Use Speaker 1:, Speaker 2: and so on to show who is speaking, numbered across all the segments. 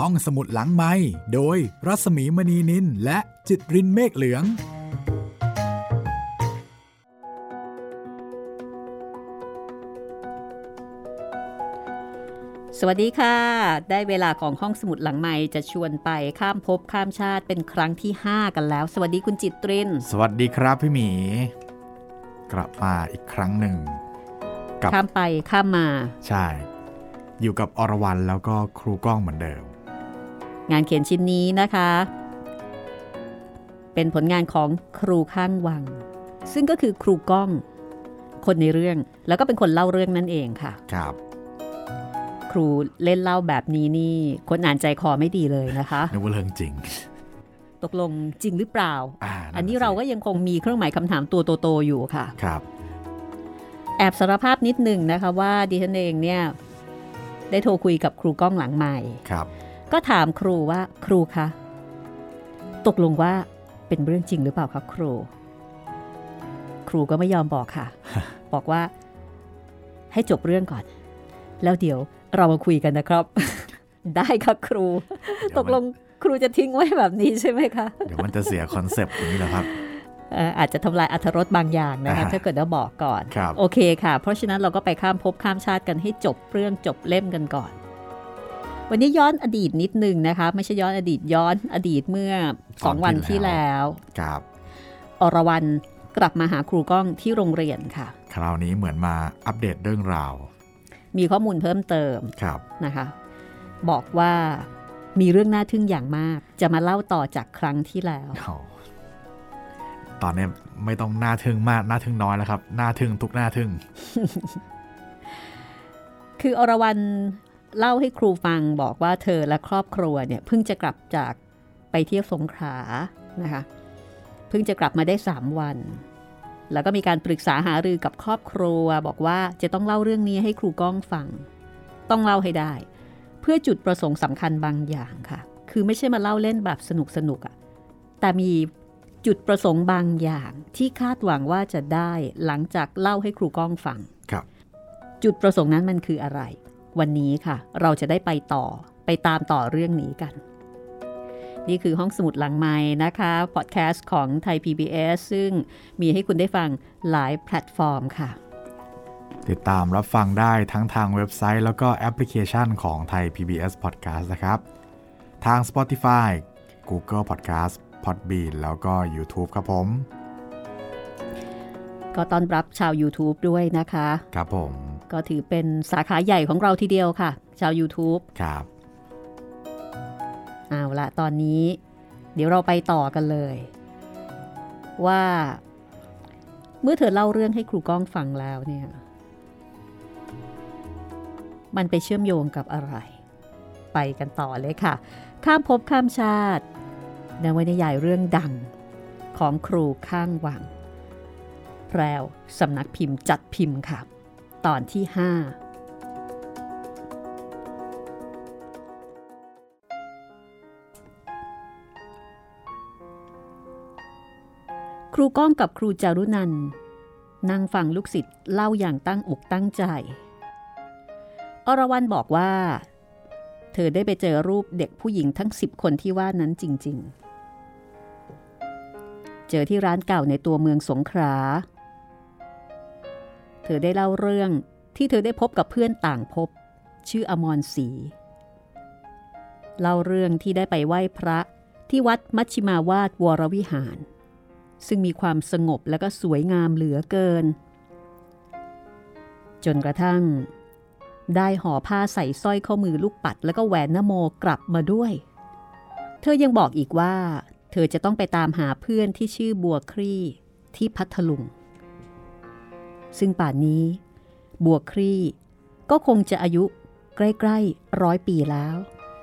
Speaker 1: ห้องสมุดหลังไมค์โดยรัศมีมณีนินและจิตรินเมฆเหลือง
Speaker 2: สวัสดีค่ะได้เวลาของห้องสมุดหลังไมค์จะชวนไปข้ามภพข้ามชาติเป็นครั้งที่5กันแล้วสวัสดีคุณจิตริน
Speaker 1: สวัสดีครับพี่หมีกลับมาอีกครั้งหนึ่ง
Speaker 2: ข้ามไปข้ามมา
Speaker 1: ใช่อยู่กับอรวรรณแล้วก็ครูก้องเหมือนเดิม
Speaker 2: งานเขียนชิ้นนี้นะคะเป็นผลงานของครูข้างวังซึ่งก็คือครูก้องคนในเรื่องแล้วก็เป็นคนเล่าเรื่องนั่นเองค่ะ
Speaker 1: ครับ
Speaker 2: ครูเล่นเล่าแบบนี้นี่คนอ่านใจคอไม่ดีเลยนะคะ
Speaker 1: นึกว่าเรื่องจริง
Speaker 2: ตกลงจริงหรือเปล่า อันนี้เราก็ยังคงมีเครื่องหมายคำถามตัวโตๆอยู่ค่ะ
Speaker 1: ครับ
Speaker 2: แอบสารภาพนิดหนึ่งนะคะว่าดิฉันเองเนี่ยได้โทรคุยกับครูก้องหลังไมค์
Speaker 1: ครับ
Speaker 2: ก็ถามครูว่าครูคะตกลงว่าเป็นเรื่องจริงหรือเปล่าคะครูก็ไม่ยอมบอกค่ะ บอกว่าให้จบเรื่องก่อนแล้วเดี๋ยวเรามาคุยกันนะครับ ได้ค่ะครูตกลงครูจะทิ้งไว้แบบนี้ใช่ไหมคะ
Speaker 1: เดี๋ยวมันจะเสียคอนเซปต์อย่างนี้แหละครับ
Speaker 2: อาจจะทำลายอรรถรสบางอย่างนะคะถ้าเกิดเราบอกก่อนโอเคค่ะเพราะฉะนั้นเราก็ไปข้ามภพข้ามชาติกันให้จบเรื่องจบเล่มกันก่อนวันนี้ย้อนอดีตนิดนึงนะคะไม่ใช่ย้อนอดีตย้อนอดีตเมื่อ2 วันที่แล้ว
Speaker 1: ครับ
Speaker 2: อรวรรณกลับมาหาครูก้องที่โรงเรียนค่ะ
Speaker 1: คราวนี้เหมือนมาอัปเดตเรื่องราว
Speaker 2: มีข้อมูลเพิ่มเติมนะคะบอกว่ามีเรื่องน่าทึ่งอย่างมากจะมาเล่าต่อจากครั้งที่แล้ว
Speaker 1: ตอนนี้ไม่ต้องน่าทึ่งมากน่าทึ่งน้อยแล้วครับน่าทึ่งทุกน่าทึ่ง
Speaker 2: คืออรวรรณเล่าให้ครูฟังบอกว่าเธอและครอบครัวเนี่ยเพิ่งจะกลับจากไปเที่ยวสงขลานะคะเพิ่งจะกลับมาได้3 วันแล้วก็มีการปรึกษาหารือกับครอบครัวบอกว่าจะต้องเล่าเรื่องนี้ให้ครูก้องฟังต้องเล่าให้ได้เพื่อจุดประสงค์สำคัญบางอย่างค่ะคือไม่ใช่มาเล่าเล่นแบบสนุกอ่ะแต่มีจุดประสงค์บางอย่างที่คาดหวังว่าจะได้หลังจากเล่าให้ครูก้องฟัง
Speaker 1: ครับ
Speaker 2: จุดประสงค์นั้นมันคืออะไรวันนี้ค่ะเราจะได้ไปตามต่อเรื่องนี้กันนี่คือห้องสมุดหลังไมค์นะคะพอดแคสต์ของไทย PBS ซึ่งมีให้คุณได้ฟังหลายแพลตฟอร์มค่ะ
Speaker 1: ติดตามรับฟังได้ทั้งทางเว็บไซต์แล้วก็แอปพลิเคชันของไทย PBS Podcast นะครับทาง Spotify Google Podcast Podbean แล้วก็ YouTube ครับผม
Speaker 2: ก็ต้อนรับชาว YouTube ด้วยนะคะ
Speaker 1: ครับผม
Speaker 2: ก็ถือเป็นสาขาใหญ่ของเราทีเดียวค่ะชาว YouTube
Speaker 1: ครับ
Speaker 2: เอาละตอนนี้เดี๋ยวเราไปต่อกันเลยว่าเมื่อเธอเล่าเรื่องให้ครูก้องฟังแล้วเนี่ยมันไปเชื่อมโยงกับอะไรไปกันต่อเลยค่ะข้ามภพข้ามชาตินวนิยายเรื่องดังของครูข้างวังแพรวสำนักพิมพ์จัดพิมพ์ค่ะตอนที่5ครูก้องกับครูจารุนันท์นั่งฟังลูกศิษย์เล่าอย่างตั้งอกตั้งใจอรวรรณบอกว่าเธอได้ไปเจอรูปเด็กผู้หญิงทั้ง10 คนที่ว่านั้นจริงๆเจอที่ร้านเก่าในตัวเมืองสงขลาเธอได้เล่าเรื่องที่เธอได้พบกับเพื่อนต่างภพชื่ออมรศรีเล่าเรื่องที่ได้ไปไหว้พระที่วัดมัชชิมาวาสวรวิหารซึ่งมีความสงบและก็สวยงามเหลือเกินจนกระทั่งได้ห่อผ้าใส่สร้อยข้อมือลูกปัดแล้วก็แหวนนโมกลับมาด้วยเธอยังบอกอีกว่าเธอจะต้องไปตามหาเพื่อนที่ชื่อบัวคลี่ที่พัทลุงซึ่งป่านนี้บัวคลี่ก็คงจะอายุใกล้ๆ100 ปีแล้ว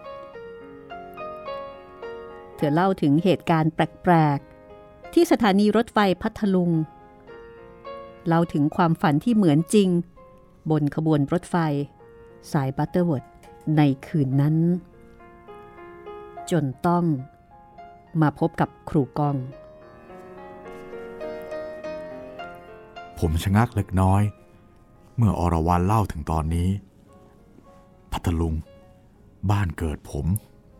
Speaker 2: เธอเล่าถึงเหตุการณ์แปลกๆที่สถานีรถไฟพัทลุงเล่าถึงความฝันที่เหมือนจริงบนขบวนรถไฟสายบัตเตอร์เวิร์ดในคืนนั้นจนต้องมาพบกับครูก้อง
Speaker 1: ผมชะงักเล็กน้อยเมื่ออรวรรณเล่าถึงตอนนี้พัทลุงบ้านเกิดผม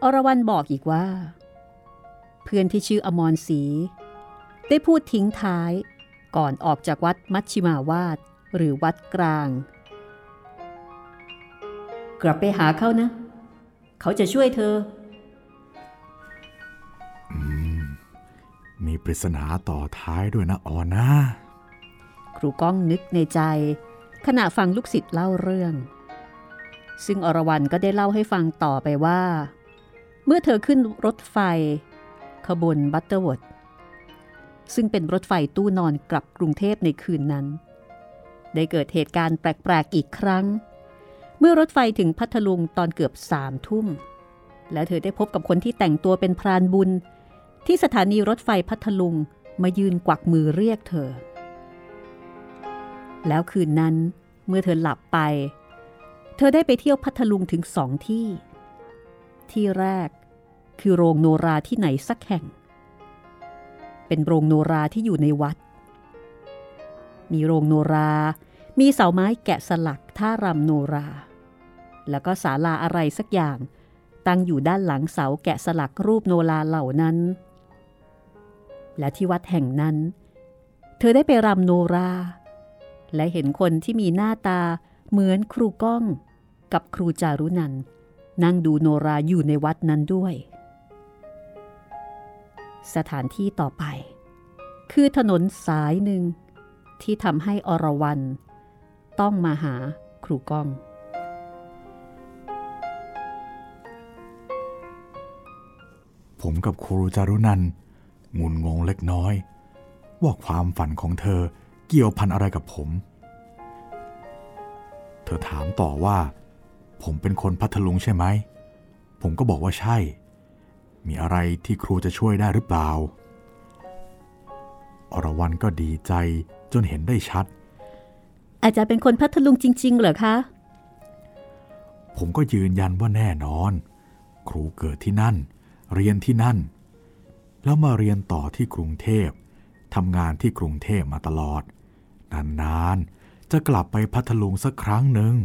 Speaker 2: รวรรณบอกอีกว่าเพื่อนที่ชื่ออมรศรีได้พูดทิ้งท้ายก่อนออกจากวัดมัชชิมาวาสหรือวัดกลางกลับไปหาเขานะเขาจะช่วยเธอ
Speaker 1: มีปริศนาต่อท้ายด้วยนะออนนะ
Speaker 2: ครูก้องนึกในใจขณะฟังลูกศิษย์เล่าเรื่องซึ่งอรวรรณก็ได้เล่าให้ฟังต่อไปว่าเมื่อเธอขึ้นรถไฟขบวนบัตเตอร์วอร์ดซึ่งเป็นรถไฟตู้นอนกลับกรุงเทพในคืนนั้นได้เกิดเหตุการณ์แปลกๆอีกครั้งเมื่อรถไฟถึงพัทลุงตอนเกือบ3 ทุ่มแล้วเธอได้พบกับคนที่แต่งตัวเป็นพรานบุญที่สถานีรถไฟพัทลุงมายืนกวักมือเรียกเธอแล้วคืนนั้นเมื่อเธอหลับไปเธอได้ไปเที่ยวพัทลุงถึง2 ที่ที่แรกคือโรงโนราที่ไหนสักแห่งเป็นโรงโนราที่อยู่ในวัดมีโรงโนรามีเสาไม้แกะสลักท่ารำโนราแล้วก็ศาลาอะไรสักอย่างตั้งอยู่ด้านหลังเสาแกะสลักรูปโนราเหล่านั้นและที่วัดแห่งนั้นเธอได้ไปรำโนราและเห็นคนที่มีหน้าตาเหมือนครูก้องกับครูจารุนันท์นั่งดูโนราอยู่ในวัดนั้นด้วยสถานที่ต่อไปคือถนนสายหนึ่งที่ทำให้อรวรรณต้องมาหาครูก้อง
Speaker 1: ผมกับครูจารุนันท์งุนงงเล็กน้อยว่าความฝันของเธอเกี่ยวพันอะไรกับผมเธอถามต่อว่าผมเป็นคนพัทลุงใช่ไหมผมก็บอกว่าใช่มีอะไรที่ครูจะช่วยได้หรือเปล่าอรวรรณก็ดีใจจนเห็นได้ชัด
Speaker 2: อาจารย์เป็นคนพัทลุงจริงๆเหรอคะ
Speaker 1: ผมก็ยืนยันว่าแน่นอนครูเกิดที่นั่นเรียนที่นั่นแล้วมาเรียนต่อที่กรุงเทพทำงานที่กรุงเทพมาตลอดนานๆจะกลับไปพัทลุงสักครั้งหนึ่ง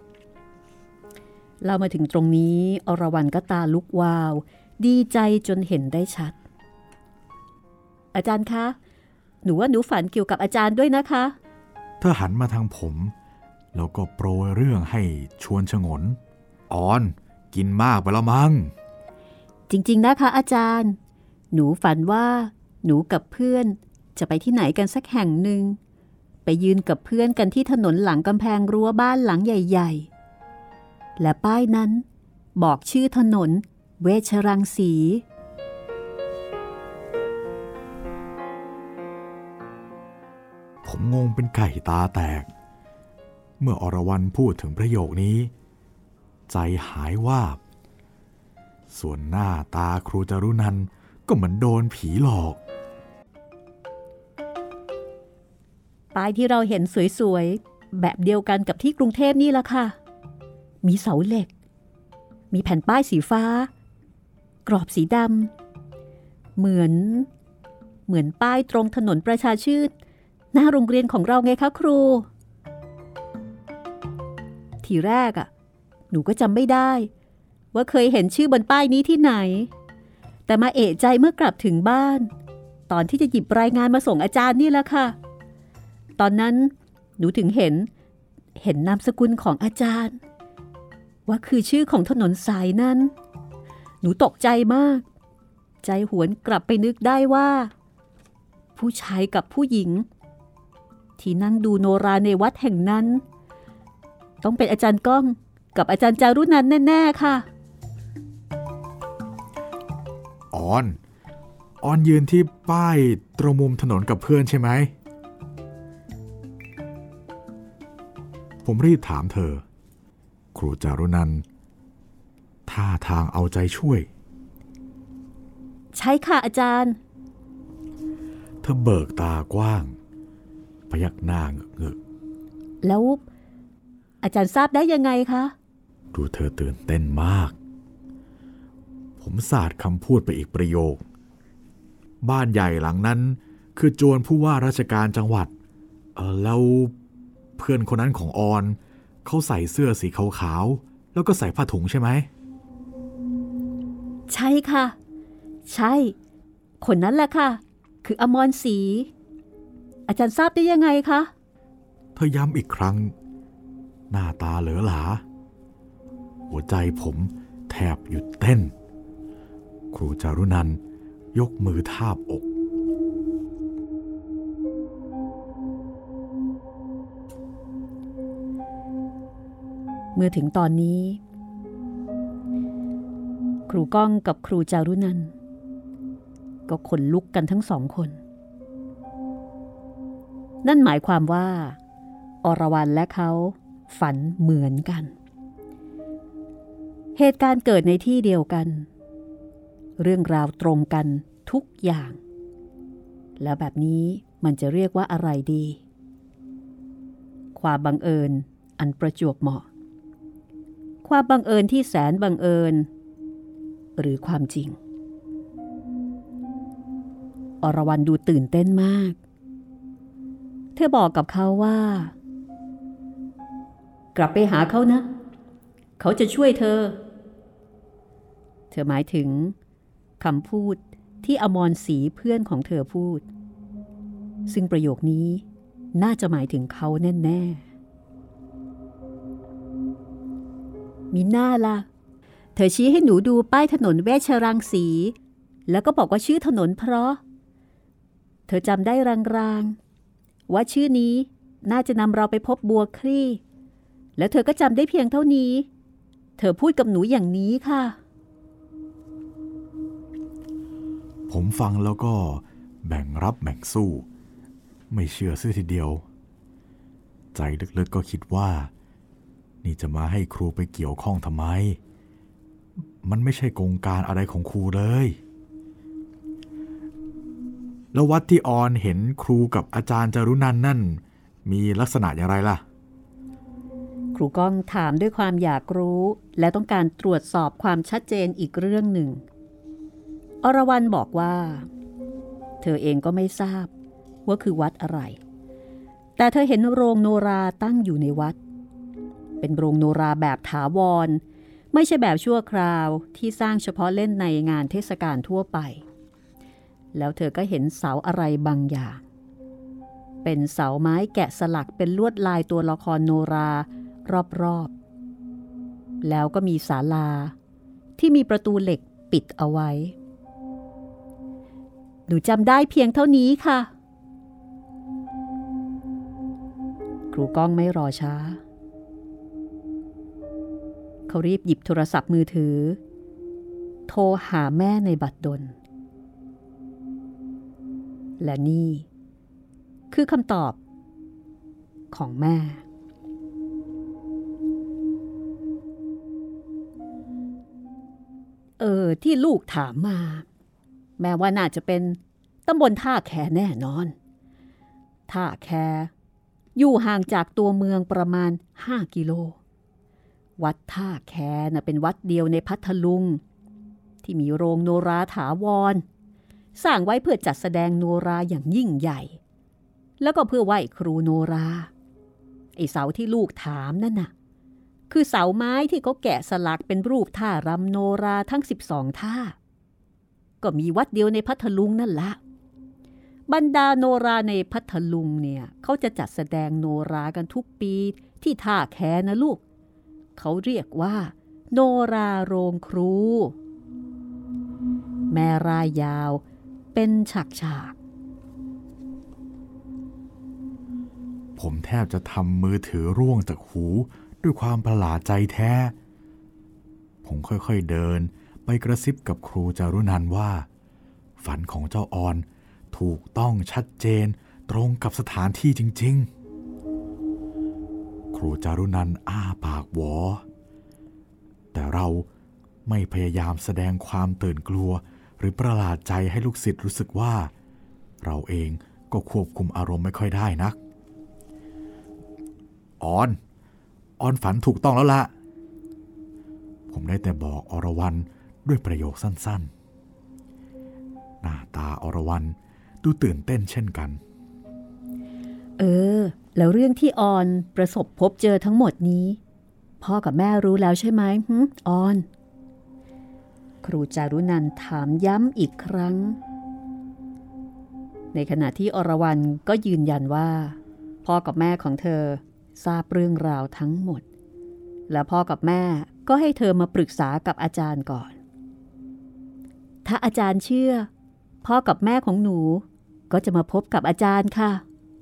Speaker 2: เรามาถึงตรงนี้อรวรรณก็ตาลุกวาวดีใจจนเห็นได้ชัดอาจารย์คะหนูว่าหนูฝันเกี่ยวกับอาจารย์ด้วยนะคะ
Speaker 1: เธอหันมาทางผมแล้วก็โปรยเรื่องให้ชวนฉงนออนกินมากไปแล้วมั้ง
Speaker 2: จริงๆนะคะอาจารย์หนูฝันว่าหนูกับเพื่อนจะไปที่ไหนกันสักแห่งหนึ่งไปยืนกับเพื่อนกันที่ถนนหลังกำแพงรั้วบ้านหลังใหญ่ๆและป้ายนั้นบอกชื่อถนนเวชรังสี
Speaker 1: ผมงงเป็นไก่ตาแตกเมื่ออรวรรณพูดถึงประโยคนี้ใจหายวาบส่วนหน้าตาครูจารุนันท์ก็เหมือนโดนผีหลอก
Speaker 2: ป้ายที่เราเห็นสวยๆแบบเดียวกันกับที่กรุงเทพนี่ล่ะค่ะมีเสาเหล็กมีแผ่นป้ายสีฟ้ากรอบสีดำเหมือนป้ายตรงถนนประชาชื่นหน้าโรงเรียนของเราไงคะครูทีแรกหนูก็จำไม่ได้ว่าเคยเห็นชื่อบนป้ายนี้ที่ไหนแต่มาเอะใจเมื่อกลับถึงบ้านตอนที่จะหยิบรายงานมาส่งอาจารย์นี่แหละค่ะตอนนั้นหนูถึงเห็นนามสกุลของอาจารย์ว่าคือชื่อของถนนสายนั้นหนูตกใจมากใจหวนกลับไปนึกได้ว่าผู้ชายกับผู้หญิงที่นั่งดูโนราในวัดแห่งนั้นต้องเป็นอาจารย์ก้องกับอาจารย์จารุนันท์แน่ๆค่ะ
Speaker 1: ออนยืนที่ป้ายตรงมุมถนนกับเพื่อนใช่ไหมผมรีบถามเธอครูจารุนันท์ท่าทางเอาใจช่วย
Speaker 2: ใช่ค่ะอาจารย์
Speaker 1: เธอเบิกตากว้างพยักหน้าเงึก
Speaker 2: แล้วอาจารย์ทราบได้ยังไงคะ
Speaker 1: ดูเธอตื่นเต้นมากผมสาดคำพูดไปอีกประโยคบ้านใหญ่หลังนั้นคือจวนผู้ว่าราชการจังหวัดแล้วเพื่อนคนนั้นของออนเขาใส่เสื้อสีขาวๆแล้วก็ใส่ผ้าถุงใช่ไหม
Speaker 2: ใช่ค่ะใช่คนนั้นแหละค่ะคืออมรศรีอาจารย์ทราบได้ยังไงคะ
Speaker 1: เธอย้ำอีกครั้งหน้าตาเหลอหลาหัวใจผมแทบหยุดเต้นครูจารุนันท์ยกมือทาบอก
Speaker 2: เมื่อถึงตอนนี้ครูก้องกับครูจารุนันท์ก็ขนลุกกันทั้งสองคนนั่นหมายความว่าอรวรรณและเขาฝันเหมือนกันเหตุการณ์เกิดในที่เดียวกันเรื่องราวตรงกันทุกอย่างแล้วแบบนี้มันจะเรียกว่าอะไรดีความบังเอิญอันประจวบเหมาะความบังเอิญที่แสนบังเอิญหรือความจริงอรวรรณดูตื่นเต้นมากเธอบอกกับเขาว่ากลับไปหาเขานะเขาจะช่วยเธอหมายถึงคำพูดที่อมรศรีเพื่อนของเธอพูดซึ่งประโยคนี้น่าจะหมายถึงเขาแน่ๆมีหน้าล่ะเธอชี้ให้หนูดูป้ายถนนเวชรังสีแล้วก็บอกว่าชื่อถนนเพราะเธอจำได้รางๆว่าชื่อนี้น่าจะนำเราไปพบบัวคลี่แล้วเธอก็จำได้เพียงเท่านี้เธอพูดกับหนูอย่างนี้ค่ะ
Speaker 1: ผมฟังแล้วก็แบ่งรับแบ่งสู้ไม่เชื่อซะทีเดียวใจลึกๆก็คิดว่านี่จะมาให้ครูไปเกี่ยวข้องทำไมมันไม่ใช่โครงการอะไรของครูเลยแล้ววัดที่ออนเห็นครูกับอาจารย์จารุนันท์นั่นมีลักษณะอย่างไรล่ะ
Speaker 2: ครูก้องถามด้วยความอยากรู้และต้องการตรวจสอบความชัดเจนอีกเรื่องหนึ่งอรวรรณบอกว่าเธอเองก็ไม่ทราบว่าคือวัดอะไรแต่เธอเห็นโรงโนราตั้งอยู่ในวัดเป็นโรงโนราแบบถาวรไม่ใช่แบบชั่วคราวที่สร้างเฉพาะเล่นในงานเทศกาลทั่วไปแล้วเธอก็เห็นเสาอะไรบางอย่างเป็นเสาไม้แกะสลักเป็นลวดลายตัวละครโนรารอบๆแล้วก็มีศาลาที่มีประตูเหล็กปิดเอาไว้หนูจำได้เพียงเท่านี้ค่ะครูก้องไม่รอช้าเขารีบหยิบโทรศัพท์มือถือโทรหาแม่ในบัดดลและนี่คือคำตอบของแม่ที่ลูกถามมาแม่ว่าน่าจะเป็นตำบลท่าแคแน่นอนท่าแคอยู่ห่างจากตัวเมืองประมาณ5 กิโลวัดท่าแคน่ะเป็นวัดเดียวในพัทลุงที่มีโรงโนราถาวรสร้างไว้เพื่อจัดแสดงโนราอย่างยิ่งใหญ่แล้วก็เพื่อไหว้ครูโนราไอ้เสาที่ลูกถามนั่นน่ะคือเสาไม้ที่เขาแกะสลักเป็นรูปท่ารำโนราทั้ง12 ท่าก็มีวัดเดียวในพัทลุงนั่นละบรรดาโนราในพัทลุงเนี่ยเขาจะจัดแสดงโนรากันทุกปีที่ท่าแคนะลูกเขาเรียกว่าโนราโรงครูแม่รายยาวเป็นฉาก
Speaker 1: ผมแทบจะทำมือถือร่วงจากหูด้วยความประหลาดใจแท้ผมค่อยๆเดินไปกระซิบกับครูจารุนันท์ว่าฝันของเจ้าออนถูกต้องชัดเจนตรงกับสถานที่จริงๆครูจารุนันท์อ้าปากหวอแต่เราไม่พยายามแสดงความตื่นกลัวหรือประหลาดใจให้ลูกศิษย์รู้สึกว่าเราเองก็ควบคุมอารมณ์ไม่ค่อยได้นักออนฝันถูกต้องแล้วล่ะผมได้แต่บอกอรวรรณด้วยประโยคสั้นๆหน้าตาอรวรรณดูตื่นเต้นเช่นกัน
Speaker 2: แล้วเรื่องที่ออนประสบพบเจอทั้งหมดนี้พ่อกับแม่รู้แล้วใช่ไหมออนครูจารุนันท์ถามย้ำอีกครั้งในขณะที่อรวรรณก็ยืนยันว่าพ่อกับแม่ของเธอทราบเรื่องราวทั้งหมดและพ่อกับแม่ก็ให้เธอมาปรึกษากับอาจารย์ก่อนถ้าอาจารย์เชื่อพ่อกับแม่ของหนูก็จะมาพบกับอาจารย์ค่ะ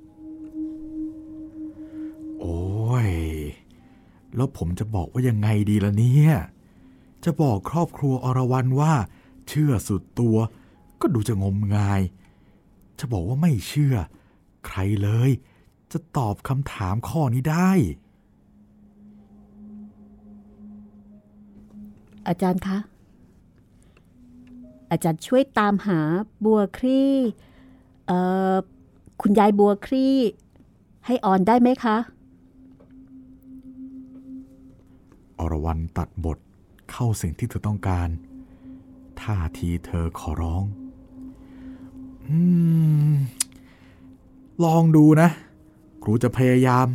Speaker 1: โอ้ยแล้วผมจะบอกว่ายังไงดีล่ะเนี่ยจะบอกครอบครัวอรวรรณว่าเชื่อสุดตัวก็ดูจะงมงายจะบอกว่าไม่เชื่อใครเลยจะตอบคำถามข้อนี้ได้
Speaker 2: อาจารย์คะอาจารย์ช่วยตามหาบัวคลี่คุณยายบัวคลี่ให้ออนได้ไหมคะ
Speaker 1: อรวรรณตัดบทเข้าสิ่งที่เธอต้องการท่าทีเธอขอร้องลองดูนะครูจะพยายาม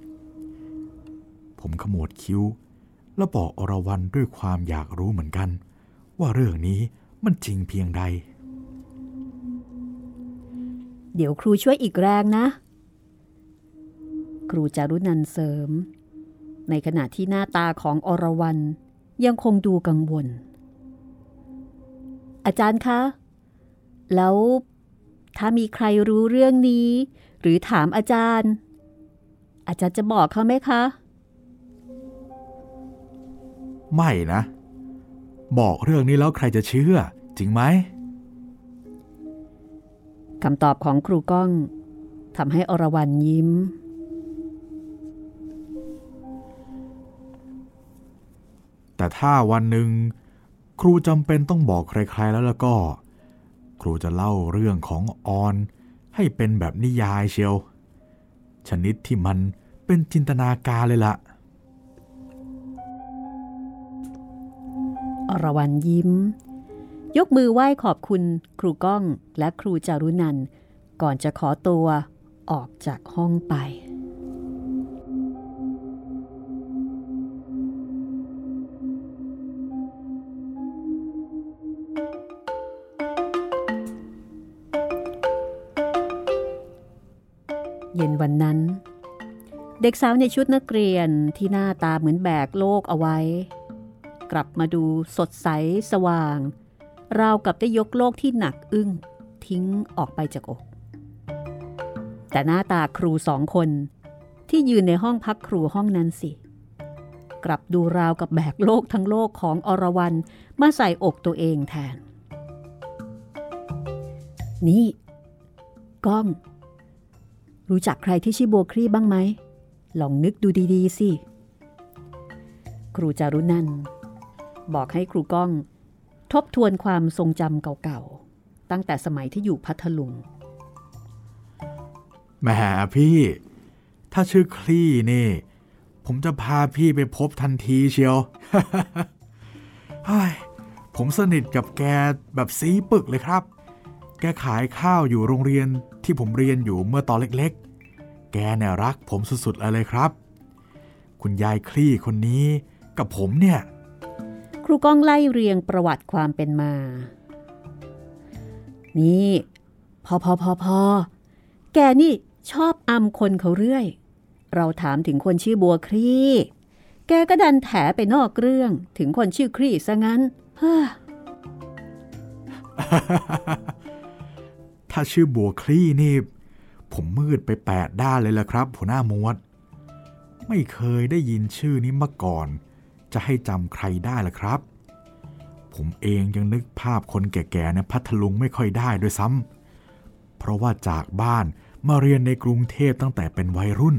Speaker 1: ผมขมวดคิ้วแล้วบอกอรวรรณด้วยความอยากรู้เหมือนกันว่าเรื่องนี้มันจริงเพียงใด
Speaker 2: เดี๋ยวครูช่วยอีกแรงนะครูจารุนันท์เสริมในขณะที่หน้าตาของอรวรรณยังคงดูกังวลอาจารย์คะแล้วถ้ามีใครรู้เรื่องนี้หรือถามอาจารย์จะบอกเขาไหมคะ
Speaker 1: ไม่นะบอกเรื่องนี้แล้วใครจะเชื่อจริงไหม
Speaker 2: คำตอบของครูก้องทำให้อรวรรณยิ้ม
Speaker 1: แต่ถ้าวันหนึ่งครูจำเป็นต้องบอกใครๆแล้วก็ครูจะเล่าเรื่องของออนให้เป็นแบบนิยายเชียวชนิดที่มันเป็นจินตนาการเลยล่ะ
Speaker 2: อรวรรณยิ้มยกมือไหว้ขอบคุณครูก้องและครูจารุนันท์ก่อนจะขอตัวออกจากห้องไปเย็นวันนั้นเด็กสาวในชุดนักเรียนที่หน้าตาเหมือนแบกโลกเอาไว้กลับมาดูสดใสสว่างราวกับได้ยกโลกที่หนักอึ้งทิ้งออกไปจากอกแต่หน้าตาครูสองคนที่ยืนในห้องพักครูห้องนั้นสิกลับดูราวกับแบกโลกทั้งโลกของอรวรรณมาใส่อกตัวเองแทนนี่ก้องรู้จักใครที่ชื่อบัวคลี่บ้างไหมลองนึกดูดีๆสิครูจารุนันท์บอกให้ครูก้องทบทวนความทรงจำเก่าๆตั้งแต่สมัยที่อยู่พัทลุง
Speaker 1: แหมพี่ถ้าชื่อคลี่นี่ผมจะพาพี่ไปพบทันทีเชียว ผมสนิทกับแกแบบซีปึกเลยครับแกขายข้าวอยู่โรงเรียนที่ผมเรียนอยู่เมื่อตอนเล็กๆแกเนี่ยรักผมสุดๆเลยครับคุณยายคลี่คนนี้กับผมเนี่ย
Speaker 2: ครูก้องไล่เรียงประวัติความเป็นมานี่พอแกนี่ชอบอำคนเขาเรื่อยเราถามถึงคนชื่อบัวคลี่แกก็ดันแถไปนอกเรื่องถึงคนชื่อคลี่ซะงั้น
Speaker 1: ถ้าชื่อบัวคลี่นี่ผมมืดไป8 ด้านเลยล่ะครับหัวหน้าหมวดไม่เคยได้ยินชื่อนี้มาก่อนจะให้จำใครได้ล่ะครับผมเองยังนึกภาพคนแก่ๆในพัทลุงไม่ค่อยได้ด้วยซ้ำเพราะว่าจากบ้านมาเรียนในกรุงเทพตั้งแต่เป็นวัยรุ่น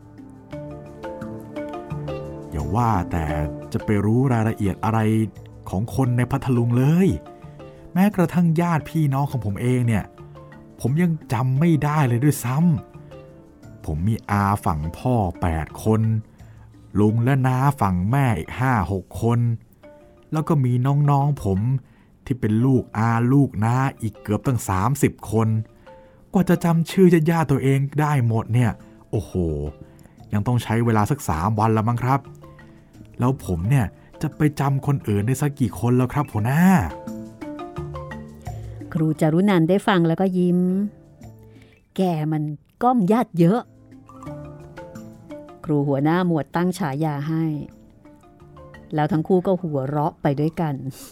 Speaker 1: อย่าว่าแต่จะไปรู้รายละเอียดอะไรของคนในพัทลุงเลยแม้กระทั่งญาติพี่น้องของผมเองเนี่ยผมยังจำไม่ได้เลยด้วยซ้ำผมมีอาฝั่งพ่อ8 คนลุงและน้าฝั่งแม่อีก5-6 คนแล้วก็มีน้องๆผมที่เป็นลูกอาลูกน้าอีกเกือบตั้ง30 คนกว่าจะจำชื่อญาติตัวเองได้หมดเนี่ยโอ้โหยังต้องใช้เวลาสัก3 วันละมั้งครับแล้วผมเนี่ยจะจะไปจำคนอื่นได้สักกี่คนแล้วครับหัวหน้า
Speaker 2: ครูจารุนันท์ได้ฟังแล้วก็ยิ้มแกมันก้อมญาติเยอะครูหัวหน้าหมวดตั้งฉายาให้แล้วทั้งคู่ก็หัวเราะไปด้วยกัน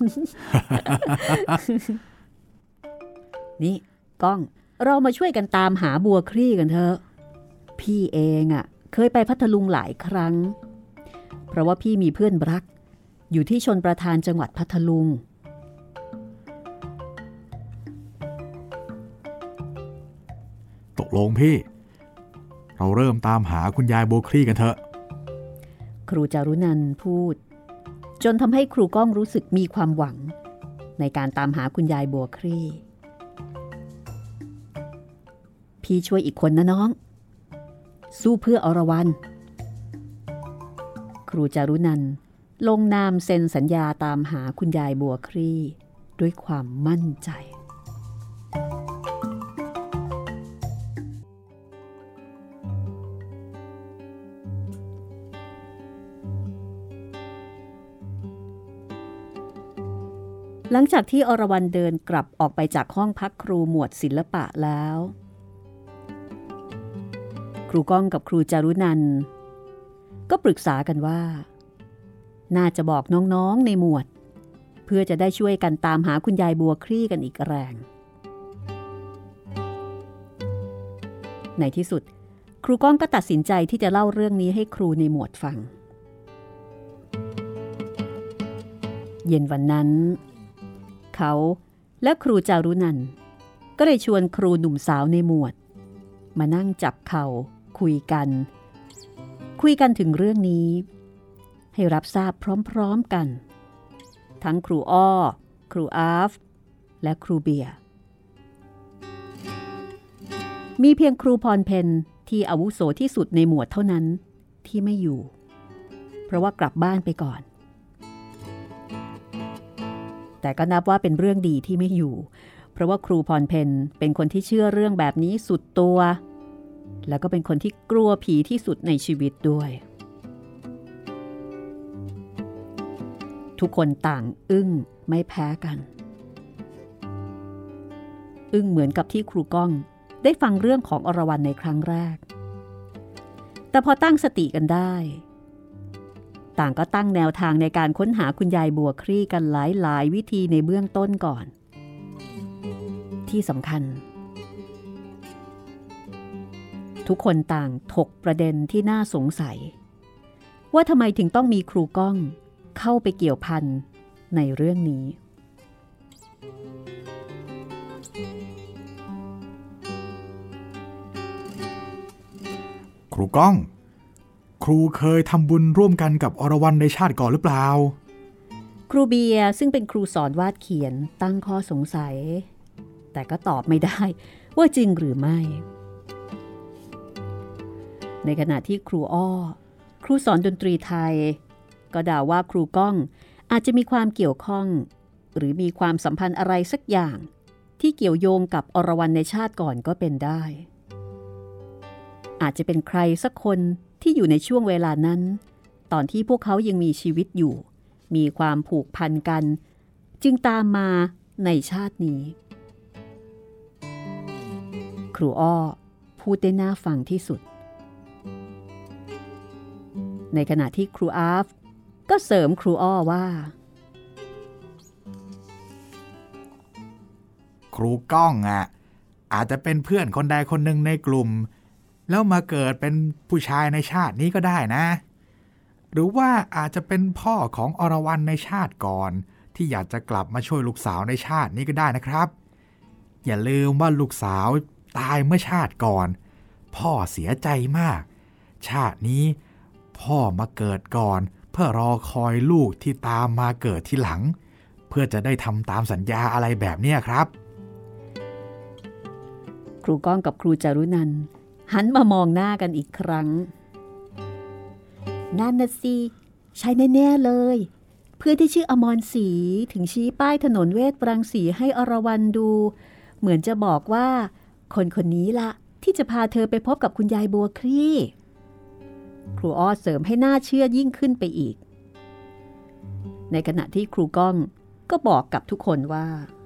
Speaker 2: นี่ก้องเรามาช่วยกันตามหาบัวคลี่กันเถอะพี่เองอ่ะเคยไปพัทลุงหลายครั้งเพราะว่าพี่มีเพื่อนรักอยู่ที่ชลประทานจังหวัดพัทลุง
Speaker 1: ตกลงพี่เราเริ่มตามหาคุณยายบัวคลี่กันเถอะ
Speaker 2: ครูจารุนันท์พูดจนทำให้ครูก้องรู้สึกมีความหวังในการตามหาคุณยายบัวคลี่พี่ช่วยอีกคนนะน้องสู้เพื่ออรวรรณครูจารุนันท์ลงนามเซ็นสัญญาตามหาคุณยายบัวคลี่ด้วยความมั่นใจหลังจากที่อรวรรณเดินกลับออกไปจากห้องพักครูหมวดศิลปะแล้วครูก้องกับครูจารุนันท์ก็ปรึกษากันว่าน่าจะบอกน้องๆในหมวดเพื่อจะได้ช่วยกันตามหาคุณยายบัวคลี่กันอีกแรงในที่สุดครูก้องก็ตัดสินใจที่จะเล่าเรื่องนี้ให้ครูในหมวดฟังเย็นวันนั้นเขาและครูจารุนันท์ก็เลยชวนครูหนุ่มสาวในหมวดมานั่งจับเข่าคุยกันถึงเรื่องนี้ให้รับทราบพร้อมๆกันทั้งครูอ้อครูอาฟและครูเบียร์มีเพียงครูพรเพนที่อาวุโสที่สุดในหมวดเท่านั้นที่ไม่อยู่เพราะว่ากลับบ้านไปก่อนแต่ก็นับว่าเป็นเรื่องดีที่ไม่อยู่เพราะว่าครูพรเพนเป็นคนที่เชื่อเรื่องแบบนี้สุดตัวแล้วก็เป็นคนที่กลัวผีที่สุดในชีวิตด้วยทุกคนต่างอึ้งไม่แพ้กันอึ้งเหมือนกับที่ครูก้องได้ฟังเรื่องของอรวรรณในครั้งแรกแต่พอตั้งสติกันได้ต่างก็ตั้งแนวทางในการค้นหาคุณยายบัวคลี่กันหลายวิธีในเบื้องต้นก่อนที่สำคัญทุกคนต่างถกประเด็นที่น่าสงสัยว่าทำไมถึงต้องมีครูก้องเข้าไปเกี่ยวพันในเรื่องนี้
Speaker 1: ครูก้องครูเคยทำบุญร่วมกันกับอรวรรณในชาติก่อนหรือเปล่า
Speaker 2: ครูเบียร์ซึ่งเป็นครูสอนวาดเขียนตั้งข้อสงสัยแต่ก็ตอบไม่ได้ว่าจริงหรือไม่ในขณะที่ครูอ้อครูสอนดนตรีไทยก็ด่าว่าครูก้องอาจจะมีความเกี่ยวข้องหรือมีความสัมพันธ์อะไรสักอย่างที่เกี่ยวโยงกับอรวรรณในชาติก่อนก็เป็นได้อาจจะเป็นใครสักคนที่อยู่ในช่วงเวลานั้นตอนที่พวกเขายังมีชีวิตอยู่มีความผูกพันกันจึงตามมาในชาตินี้ครูอ้อพูดได้น่าฟังที่สุดในขณะที่ครูอาฟก็เสริมครูอ้อว่า
Speaker 1: ครูก้องอาจจะเป็นเพื่อนคนใดคนหนึ่งในกลุ่มแล้วมาเกิดเป็นผู้ชายในชาตินี้ก็ได้นะหรือว่าอาจจะเป็นพ่อของอรวรรณในชาติก่อนที่อยากจะกลับมาช่วยลูกสาวในชาตินี้ก็ได้นะครับอย่าลืมว่าลูกสาวตายเมื่อชาติก่อนพ่อเสียใจมากชาตินี้พ่อมาเกิดก่อนเพื่อรอคอยลูกที่ตามมาเกิดทีหลังเพื่อจะได้ทำตามสัญญาอะไรแบบนี้ครับ
Speaker 2: ครูก้องกับครูจารุนันท์หันมามองหน้ากันอีกครั้งนั่นน่ะสิใช่แน่ๆเลยเพื่อนที่ชื่ออมรศรีถึงชี้ป้ายถนนเวชรังสีให้อรวรรณดูเหมือนจะบอกว่าคนนี้ละที่จะพาเธอไปพบกับคุณยายบัวคลี่ครูอ้อเสริมให้น่าเชื่อยิ่งขึ้นไปอีกในขณะที่ครูก้องก็บอกกับทุกคนว่า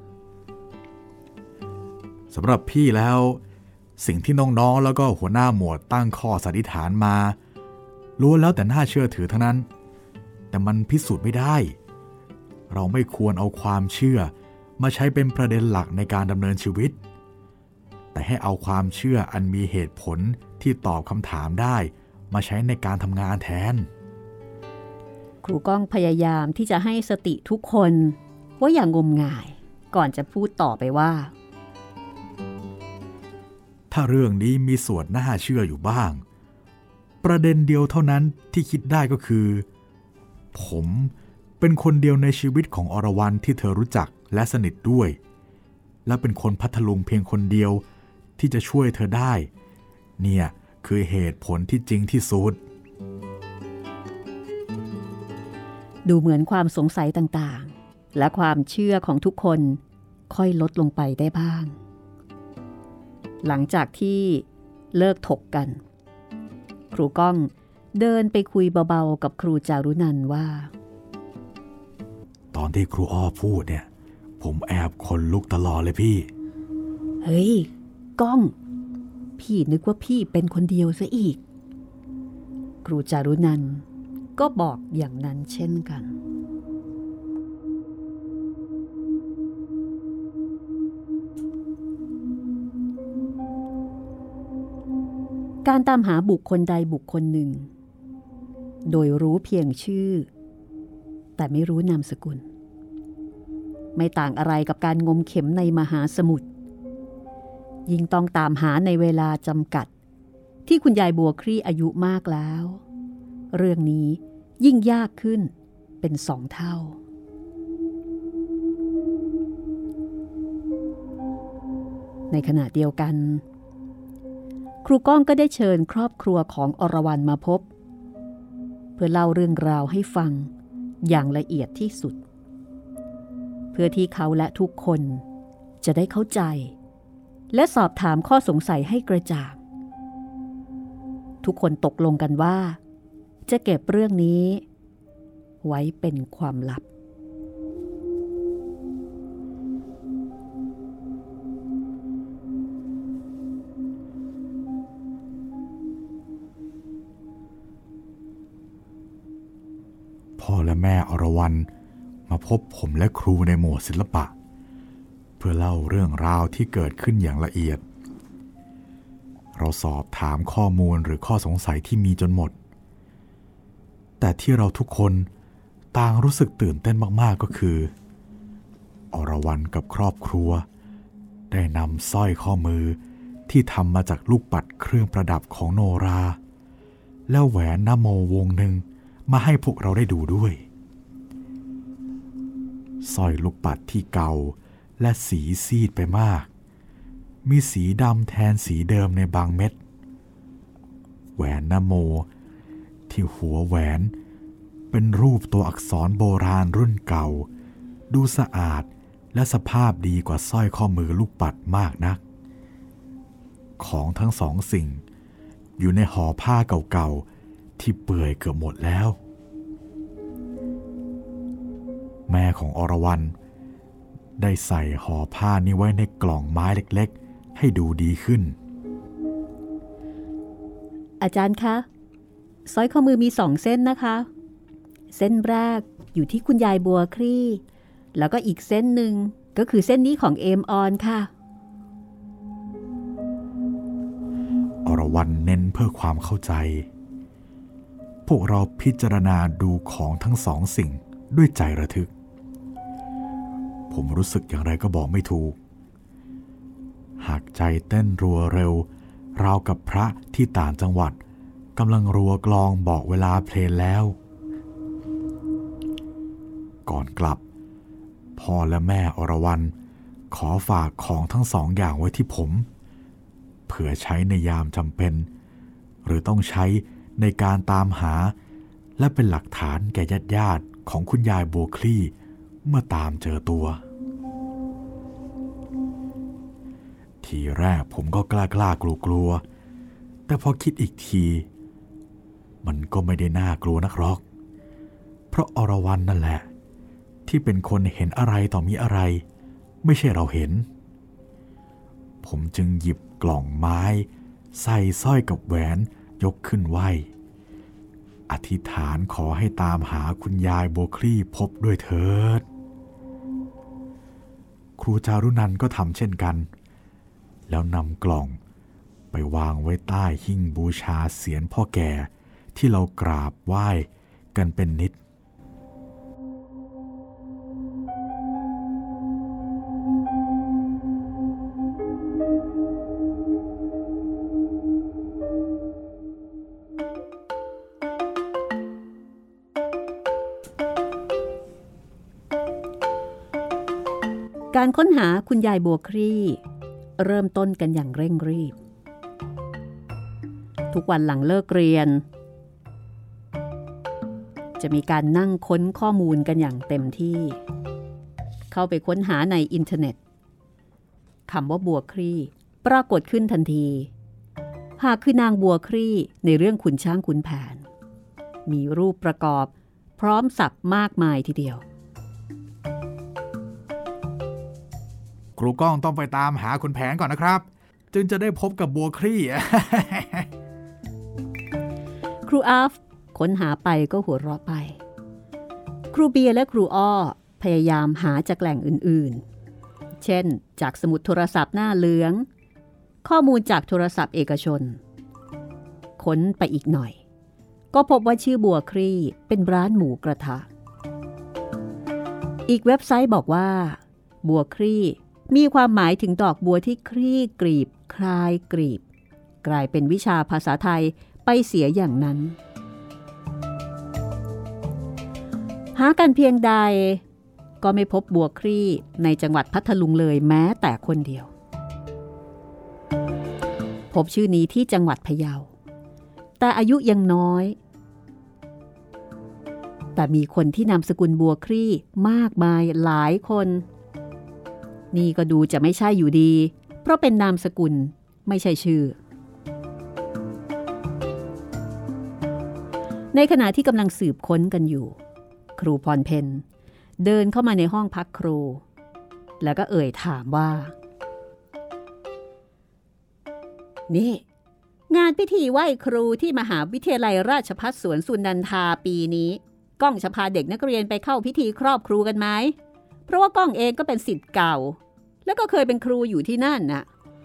Speaker 1: สำหรับพี่แล้วสิ่งที่น้องๆแล้วก็หัวหน้าหมวดตั้งข้อสันนิษฐานมาล้วนแล้วแต่น่าเชื่อถือทั้งนั้นแต่มันพิสูจน์ไม่ได้เราไม่ควรเอาความเชื่อมาใช้เป็นประเด็นหลักในการดำเนินชีวิตแต่ให้เอาความเชื่ออันมีเหตุผลที่ตอบคำถามได้มาใช้ในการทำงานแทน
Speaker 2: ครูก้องพยายามที่จะให้สติทุกคนว่าอย่างงมงายก่อนจะพูดต่อไปว่า
Speaker 1: ถ้าเรื่องนี้มีส่วนน่าเชื่ออยู่บ้างประเด็นเดียวเท่านั้นที่คิดได้ก็คือผมเป็นคนเดียวในชีวิตของอรวรรณที่เธอรู้จักและสนิทด้วยและเป็นคนพัทลุงเพียงคนเดียวที่จะช่วยเธอได้เนี่ยคือเหตุผลที่จริงที่สุด
Speaker 2: ดูเหมือนความสงสัยต่างๆและความเชื่อของทุกคนค่อยลดลงไปได้บ้างหลังจากที่เลิกถกกันครูก้องเดินไปคุยเบาๆกับครูจารุนันท์ว่า
Speaker 1: ตอนที่ครูอ้อพูดเนี่ยผมแอบขนลุกตลอดเลยพี่
Speaker 2: เฮ้ยก้องพี่นึกว่าพี่เป็นคนเดียวซะอีกครูจารุนันท์ก็บอกอย่างนั้นเช่นกันการตามหาบุคคลใดบุคคลหนึ่งโดยรู้เพียงชื่อแต่ไม่รู้นามสกุลไม่ต่างอะไรกับการงมเข็มในมหาสมุทรยิ่งต้องตามหาในเวลาจำกัดที่คุณยายบัวคลี่อายุมากแล้วเรื่องนี้ยิ่งยากขึ้นเป็น2 เท่าในขณะเดียวกันครูก้องก็ได้เชิญครอบครัวของอรวรรณมาพบเพื่อเล่าเรื่องราวให้ฟังอย่างละเอียดที่สุดเพื่อที่เขาและทุกคนจะได้เข้าใจและสอบถามข้อสงสัยให้กระจ่างทุกคนตกลงกันว่าจะเก็บเรื่องนี้ไว้เป็นความลับ
Speaker 1: พ่อและแม่อรวรรณมาพบผมและครูในหมวดศิลปะเพื่อเล่าเรื่องราวที่เกิดขึ้นอย่างละเอียดเราสอบถามข้อมูลหรือข้อสงสัยที่มีจนหมดแต่ที่เราทุกคนต่างรู้สึกตื่นเต้นมากๆก็คืออรวรรณกับครอบครัวได้นำสร้อยข้อมือที่ทำมาจากลูกปัดเครื่องประดับของโนราแล้วแหวนนโมวงหนึ่งมาให้พวกเราได้ดูด้วยสร้อยลูกปัดที่เก่าและสีซีดไปมากมีสีดำแทนสีเดิมในบางเม็ดแหวนนโมที่หัวแหวนเป็นรูปตัวอักษรโบราณรุ่นเก่าดูสะอาดและสภาพดีกว่าสร้อยข้อมือลูกปัดมากนักของทั้งสองสิ่งอยู่ในห่อผ้าเก่าๆที่เปื่อยเกือบหมดแล้วแม่ของอรวรรณได้ใส่ห่อผ้านี้ไว้ในกล่องไม้เล็กๆให้ดูดีขึ้น
Speaker 2: อาจารย์คะสร้อยข้อมือมี2 เส้นนะคะเส้นแรกอยู่ที่คุณยายบัวคลี่แล้วก็อีกเส้นหนึ่งก็คือเส้นนี้ของเอมออนค่ะ
Speaker 1: อรวรรณเน้นเพื่อความเข้าใจพวกเราพิจารณาดูของทั้ง2 สิ่งด้วยใจระทึกผมรู้สึกอย่างไรก็บอกไม่ถูกหากใจเต้นรัวเร็วราวกับพระที่ต่างจังหวัดกำลังรัวกลองบอกเวลาเพลงแล้วก่อนกลับพ่อและแม่อรวรรณขอฝากของทั้ง2 อย่างไว้ที่ผมเผื่อใช้ในยามจำเป็นหรือต้องใช้ในการตามหาและเป็นหลักฐานแก่ญาติของคุณยายบัวคลี่เมื่อตามเจอตัวทีแรกผมก็กล้ากลัวแต่พอคิดอีกทีมันก็ไม่ได้น่ากลัวนักหรอกเพราะอรวรรณนั่นแหละที่เป็นคนเห็นอะไรต่อมีอะไรไม่ใช่เราเห็นผมจึงหยิบกล่องไม้ใส่สร้อยกับแหวนยกขึ้นไหวอธิษฐานขอให้ตามหาคุณยายโบคลี่พบด้วยเถิดครูจารุนันท์ก็ทำเช่นกันแล้วนำกล่องไปวางไว้ใต้หิ้งบูชาเศียรพ่อแก่ที่เรากราบไหว้กันเป็นนิด
Speaker 2: การค้นหาคุณยายบัวคลี่เริ่มต้นกันอย่างเร่งรีบทุกวันหลังเลิกเรียนจะมีการนั่งค้นข้อมูลกันอย่างเต็มที่เข้าไปค้นหาในอินเทอร์เน็ตคำว่าบัวคลี่ปรากฏขึ้นทันทีหากคือนางบัวคลี่ในเรื่องขุนช้างขุนแผนมีรูปประกอบพร้อมศัพท์มากมายทีเดียว
Speaker 1: ครูก้องต้องไปตามหาคุณแผนก่อนนะครับจึงจะได้พบกับบัวคลี่
Speaker 2: ครูอาฟค้นหาไปก็หัวเราะไปครูเบียร์และครูอ้อพยายามหาจากแหล่งอื่นๆเช่นจากสมุดโทรศัพท์หน้าเหลืองข้อมูลจากโทรศัพท์เอกชนค้นไปอีกหน่อยก็พบว่าชื่อบัวคลี่เป็นร้านหมูกระทะอีกเว็บไซต์บอกว่าบัวคลี่มีความหมายถึงดอกบัวที่คลี่กลีบคลายกลีบกลายเป็นวิชาภาษาไทยไปเสียอย่างนั้นหากันเพียงใดก็ไม่พบบัวคลี่ในจังหวัดพัทลุงเลยแม้แต่คนเดียวพบชื่อนี้ที่จังหวัดพะเยาแต่อายุยังน้อยแต่มีคนที่นามสกุลบัวคลี่มากมายหลายคนนี่ก็ดูจะไม่ใช่อยู่ดีเพราะเป็นนามสกุลไม่ใช่ชื่อในขณะที่กำลังสืบค้นกันอยู่ครูพรเพ็ญเดินเข้ามาในห้องพักครูแล้วก็เอ่ยถามว่านี่งานพิธีไหว้ครูที่มหาวิทยาลัยราชภัฏสวนสุนันทาปีนี้ก้องจะพาเด็กนักเรียนไปเข้าพิธีครอบครูกันไหมเพราะว่าก้องเองก็เป็นศิษย์เก่าแล้วก็เคยเป็นครูอยู่ที่นั่นน่ะ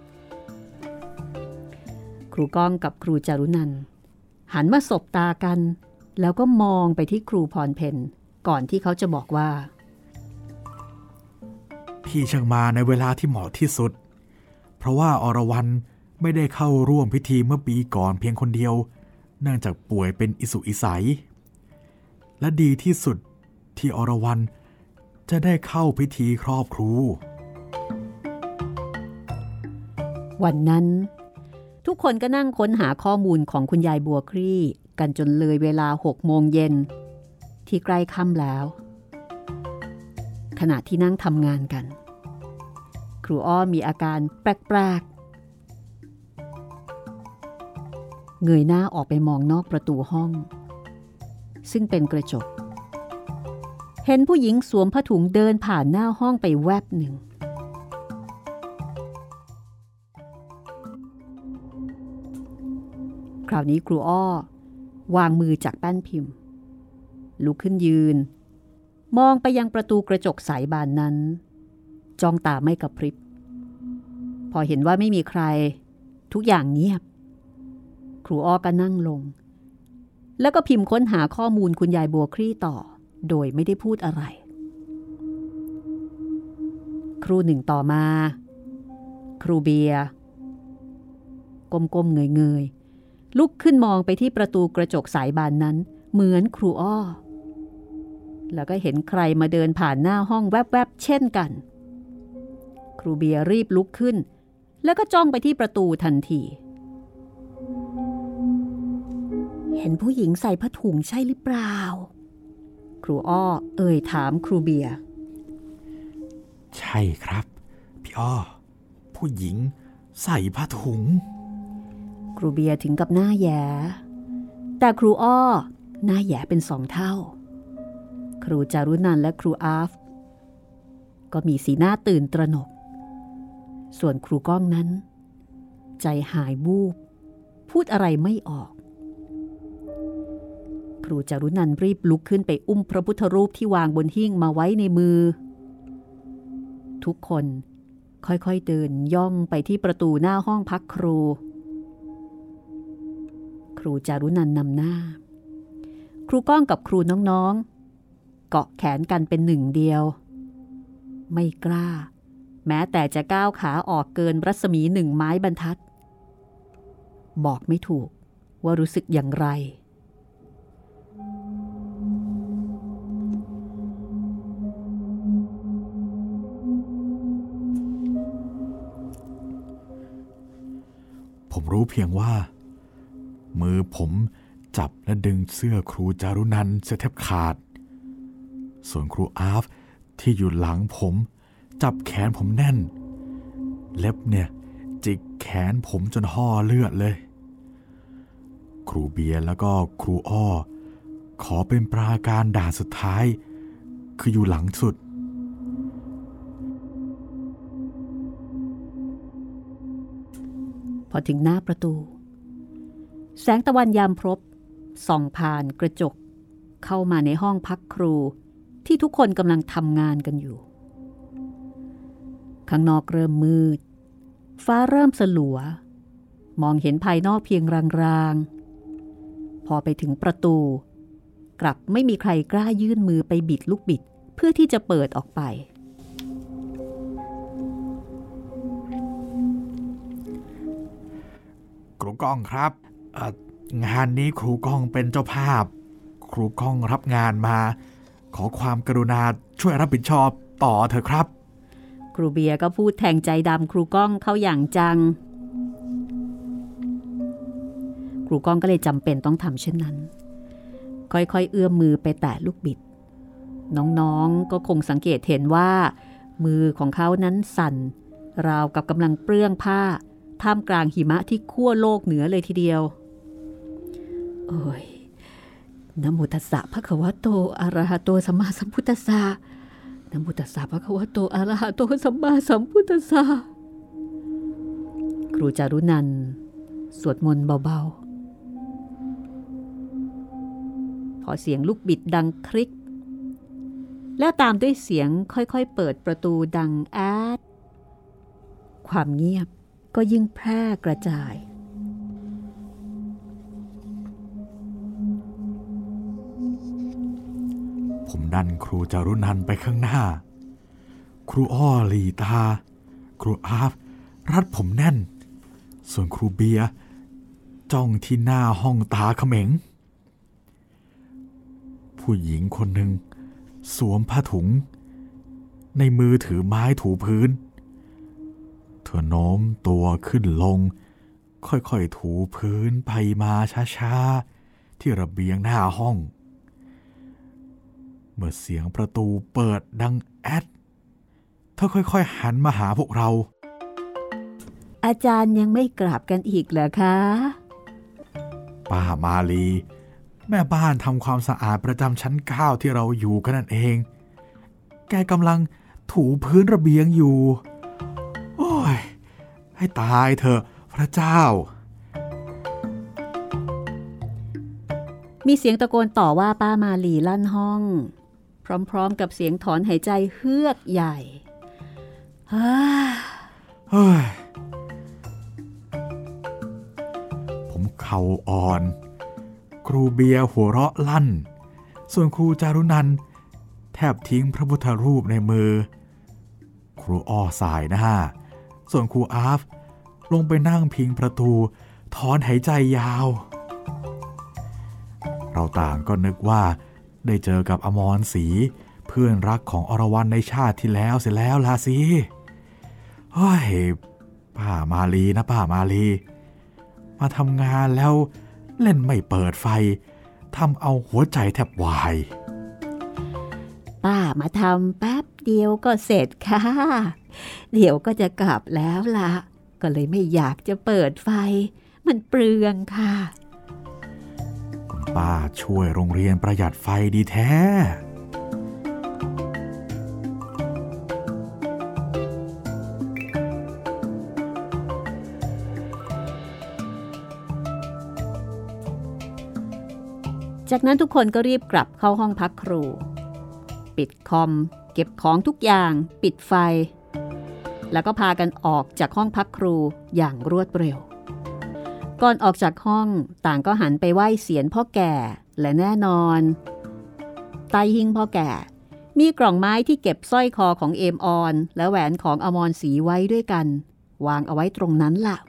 Speaker 2: ครูก้องกับครูจารุนันท์หันมาสบตากันแล้วก็มองไปที่ครูพรเพ็ญก่อนที่เขาจะบอกว่า
Speaker 1: พี่ช่างมาในเวลาที่เหมาะที่สุดเพราะว่าอรวรรณไม่ได้เข้าร่วมพิธีเมื่อปีก่อนเพียงคนเดียวเนื่องจากป่วยเป็นอิสุอิสัยและดีที่สุดที่อรวรรณจะได้เข้าพิธีครอบครู
Speaker 2: วันนั้นทุกคนก็นั่งค้นหาข้อมูลของคุณยายบัวคลี่กันจนเลยเวลา6 โมงเย็นที่ใกล้ค่ำแล้วขณะที่นั่งทำงานกันครูอ้อมีอาการแปลกๆเงยหน้าออกไปมองนอกประตูห้องซึ่งเป็นกระจกเห็นผู้หญิงสวมผ้าถุงเดินผ่านหน้าห้องไปแวบหนึ่งคราวนี้ครูอ้อวางมือจากแป้นพิมพ์ลุกขึ้นยืนมองไปยังประตูกระจกใสบานนั้นจ้องตาไม่กระพริบพอเห็นว่าไม่มีใครทุกอย่างเงียบครูอ้อก็นั่งลงแล้วก็พิมพ์ค้นหาข้อมูลคุณยายบัวคลี่ต่อโดยไม่ได้พูดอะไรครูหนึ่งต่อมาครูเบียร์ก้มๆเงยๆลุกขึ้นมองไปที่ประตูกระจกใสบานนั้นเหมือนครูอ้อแล้วก็เห็นใครมาเดินผ่านหน้าห้องแวบๆเช่นกันครูเบียร์รีบลุกขึ้นแล้วก็จ้องไปที่ประตูทันทีเห็นผู้หญิงใส่ผ้าถุงใช่หรือเปล่าครูอ้อเอ่ยถามครูเบียร์
Speaker 1: ใช่ครับพี่อ้อผู้หญิงใส่ผ้าถุง
Speaker 2: ครูเบียร์ถึงกับหน้าแย่แต่ครูอ้อหน้าแย่เป็น2 เท่าครูจารุนันท์และครูอาฟก็มีสีหน้าตื่นตระหนกส่วนครูก้องนั้นใจหายวูบพูดอะไรไม่ออกครูจารุนันท์รีบลุกขึ้นไปอุ้มพระพุทธรูปที่วางบนหิ้งมาไว้ในมือทุกคนค่อยๆเดินย่องไปที่ประตูหน้าห้องพักครูครูจารุนันท์นำหน้าครูก้องกับครูน้องๆเกาะแขนกันเป็นหนึ่งเดียวไม่กล้าแม้แต่จะก้าวขาออกเกินรัศมี1 ไม้บรรทัดบอกไม่ถูกว่ารู้สึกอย่างไร
Speaker 1: ผมรู้เพียงว่ามือผมจับและดึงเสื้อครูจารุนันท์เสียแทบขาดส่วนครูอาฟที่อยู่หลังผมจับแขนผมแน่นเล็บเนี่ยจิกแขนผมจนห่อเลือดเลยครูเบียร์แล้วก็ครูอ้อขอเป็นปราการด่านสุดท้ายคืออยู่หลังสุด
Speaker 2: พอถึงหน้าประตูแสงตะวันยามพรบส่องผ่านกระจกเข้ามาในห้องพักครูที่ทุกคนกำลังทำงานกันอยู่ข้างนอกเริ่มมืดฟ้าเริ่มสลัวมองเห็นภายนอกเพียงรางๆพอไปถึงประตูกลับไม่มีใครกล้ายื่นมือไปบิดลูกบิดเพื่อที่จะเปิดออกไป
Speaker 1: ครูก้องครับงานนี้ครูก้องเป็นเจ้าภาพครูก้องรับงานมาขอความกรุณาช่วยรับผิดชอบต่อเถอะครับ
Speaker 2: ครูเบียร์ก็พูดแทงใจดำครูก้องเข้าอย่างจังครูก้องก็เลยจำเป็นต้องทำเช่นนั้นค่อยๆเอื้อมมือไปแตะลูกบิดน้องๆก็คงสังเกตเห็นว่ามือของเขานั้นสั่นราวกับกำลังเปลื้องผ้าท่ามกลางหิมะที่ขั้วโลกเหนือเลยทีเดียวโอ้ยนะโมตัสสะภะคะวะโตอะระหะโตสัมมาสัมพุทธัสสะนะโมตัสสะภะคะวะโตอะระหะโตสัมมาสัมพุทธัสสะครูจารุนันท์สวดมนต์เบาๆพอเสียงลูกบิดดังคริกแล้วตามด้วยเสียงค่อยๆเปิดประตูดังแอดความเงียบก็ยิ่งแพร่กระจาย
Speaker 1: ผมดันครูจารุนันท์ไปข้างหน้าครูอ้อหลีตาครูอาฟรัดผมแน่นส่วนครูเบียร์จ้องที่หน้าห้องตาเขม็งผู้หญิงคนหนึ่งสวมผ้าถุงในมือถือไม้ถูพื้นเธอโน้มตัวขึ้นลงค่อยๆถูพื้นไปมาช้าๆที่ระเบียงหน้าห้องเมื่อเสียงประตูเปิดดังแอดเธอค่อยๆหันมาหาพวกเรา
Speaker 2: อาจารย์ยังไม่กลับกันอีกเหรอคะ
Speaker 1: ป้ามาลีแม่บ้านทำความสะอาดประจำชั้น9ที่เราอยู่กันนั่นเองแกกำลังถูพื้นระเบียงอยู่โอ้ยให้ตายเถอะพระเจ้า
Speaker 2: มีเสียงตะโกนต่อว่าป้ามาลีลั่นห้องพร้อมๆกับเสียงถอนหายใจเฮือกใหญ่เฮ้ย
Speaker 1: ผมเข่าอ่อนครูเบียร์หัวเราะลั่นส่วนครูจารุนันท์แทบทิ้งพระพุทธรูปในมือครูอ้อสายหน้าส่วนครูอาฟลงไปนั่งพิงประตูถอนหายใจยาวเราต่างก็นึกว่าได้เจอกับอมรศรีเพื่อนรักของอรวรรณในชาติที่แล้วเสร็จแล้วล่ะสิเฮ้ยป้ามาลีนะป้ามาลีมาทำงานแล้วเล่นไม่เปิดไฟทำเอาหัวใจแทบวาย
Speaker 2: ป้ามาทำแป๊บเดียวก็เสร็จค่ะเดี๋ยวก็จะกลับแล้วล่ะก็เลยไม่อยากจะเปิดไฟมันเปลืองค่ะ
Speaker 1: ป้าช่วยโรงเรียนประหยัดไฟดีแท้
Speaker 2: จากนั้นทุกคนก็รีบกลับเข้าห้องพักครูปิดคอมเก็บของทุกอย่างปิดไฟแล้วก็พากันออกจากห้องพักครูอย่างรวดเร็วก่อนออกจากห้องต่างก็หันไปไหว้เศียรพ่อแก่และแน่นอนใต้หิ้งพ่อแก่มีกล่องไม้ที่เก็บสร้อยคอของเอมออนและแหวนของอมรศรีไว้ด้วยกันวางเอาไว้ตรงนั้นล่ะ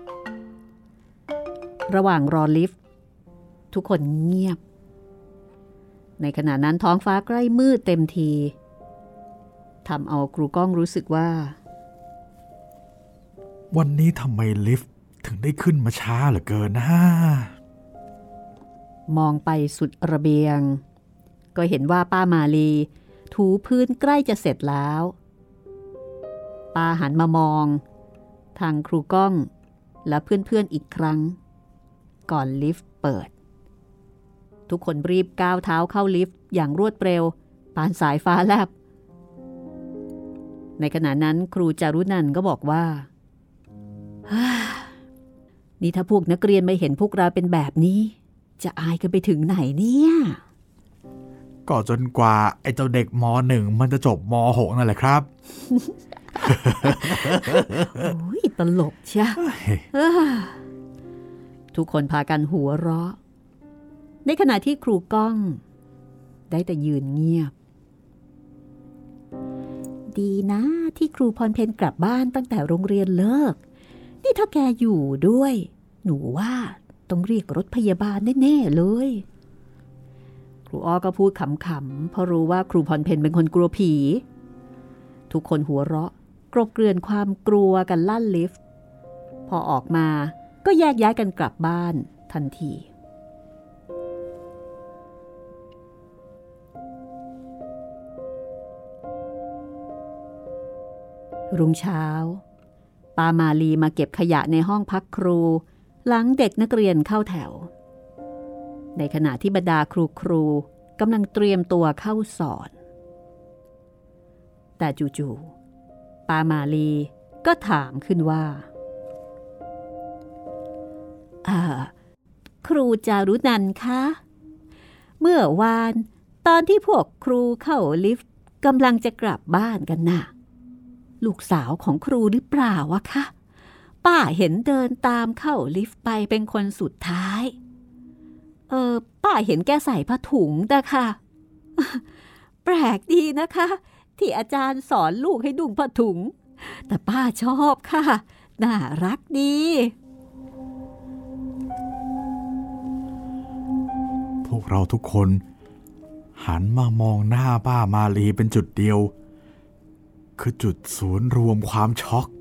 Speaker 2: ระหว่างรอลิฟต์ทุกคนเงียบในขณะนั้นท้องฟ้าใกล้มืดเต็มทีทำเอาครูก้องรู้สึกว่า
Speaker 1: วันนี้ทำไมลิฟต์ถึงได้ขึ้นมาช้าเหลือเกินนะ
Speaker 2: มองไปสุดระเบียงก็เห็นว่าป้ามาลีถูพื้นใกล้จะเสร็จแล้วป้าหันมามองทางครูก้องและเพื่อนๆอีกครั้งก่อนลิฟต์เปิดทุกคนรีบก้าวเท้าเข้าลิฟต์อย่างรวดเร็วปานสายฟ้าแลบในขณะนั้นครูจารุนันท์ก็บอกว่านี่ถ้าพวกนักเรียนไม่เห็นพวกเราเป็นแบบนี้จะอายกันไปถึงไหนเนี่ย
Speaker 1: ก็จนกว่าไอ้เจ้าเด็กม.1 มันจะจบม.6 นั่นแหละครับ
Speaker 2: โอ้ยตลกใช่ทุกคนพากันหัวเราะในขณะที่ครูก้องได้แต่ยืนเงียบดีนะที่ครูพรเพ็ญกลับบ้านตั้งแต่โรงเรียนเลิกนี่ถ้าแกอยู่ด้วยหนูว่าต้องเรียกรถพยาบาลแน่ๆเลยครูอ้อก็พูดขำๆเพราะรู้ว่าครูพรเพ็ญเป็นคนกลัวผีทุกคนหัวเราะกลบเกลื่อนความกลัวกันลั่นลิฟต์พอออกมาก็แยกย้ายกันกลับบ้านทันทีรุ่งเช้าป้ามาลีมาเก็บขยะในห้องพักครูหลังเด็กนักเรียนเข้าแถวในขณะที่บรรดาครูกำลังเตรียมตัวเข้าสอนแต่จู่ๆป้ามาลีก็ถามขึ้นว่าครูจารุนันท์คะเมื่อวานตอนที่พวกครูเข้าลิฟต์กำลังจะกลับบ้านกันน่ะลูกสาวของครูหรือเปล่าวะคะป้าเห็นเดินตามเข้าลิฟต์ไปเป็นคนสุดท้ายป้าเห็นแกใส่ผ้าถุงแต่ค่ะ แปลกดีนะคะที่อาจารย์สอนลูกให้นุ่งผ้าถุงแต่ป้าชอบค่ะน่ารักดี
Speaker 1: พวกเราทุกคนหันมามองหน้าป้ามาลีเป็นจุดเดียวคือจุดศูนย์รวมความช็อก